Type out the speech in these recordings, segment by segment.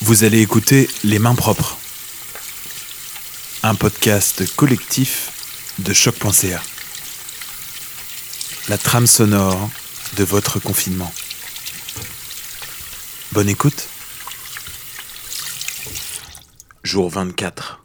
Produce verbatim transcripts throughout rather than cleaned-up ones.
Vous allez écouter Les Mains Propres, un podcast collectif de choc point c a. La trame sonore de votre confinement. Bonne écoute. Jour vingt-quatre.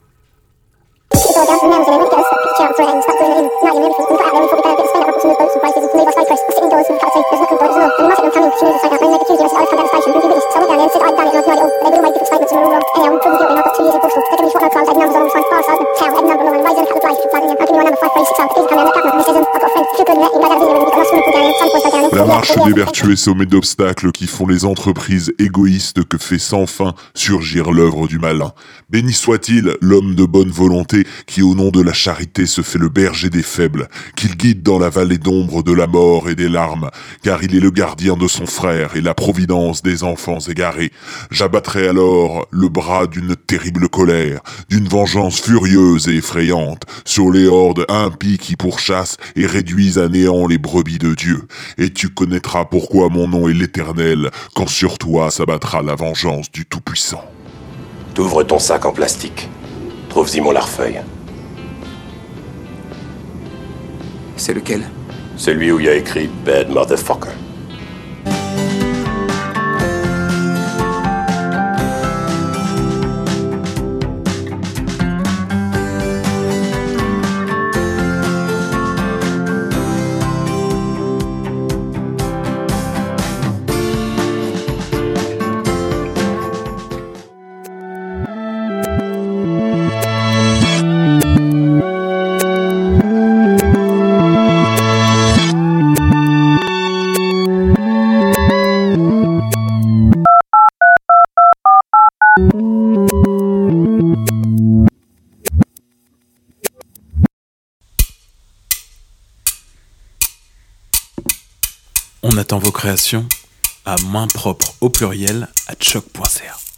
La marche des vertueux sommet d'obstacles qui font les entreprises égoïstes que fait sans fin surgir l'œuvre du malin. Béni soit-il l'homme de bonne volonté qui au nom de la charité se fait le berger des faibles, qu'il guide dans la vallée d'ombre de la mort et des larmes, car il est le gardien de son frère et la providence des enfants égarés. J'abattrai alors le bras d'une terrible colère, d'une vengeance furieuse et effrayante, sur les hordes impies qui pourchassent et réduisent à néant les brebis de Dieu. Et tu connaîtras pourquoi mon nom est l'Éternel, quand sur toi s'abattra la vengeance du Tout-Puissant. T'ouvres ton sac en plastique. Trouve-y mon larfeuille. C'est lequel? Celui où il y a écrit « Bad Motherfucker ». On attend vos créations à mains propres au pluriel à choc point c a.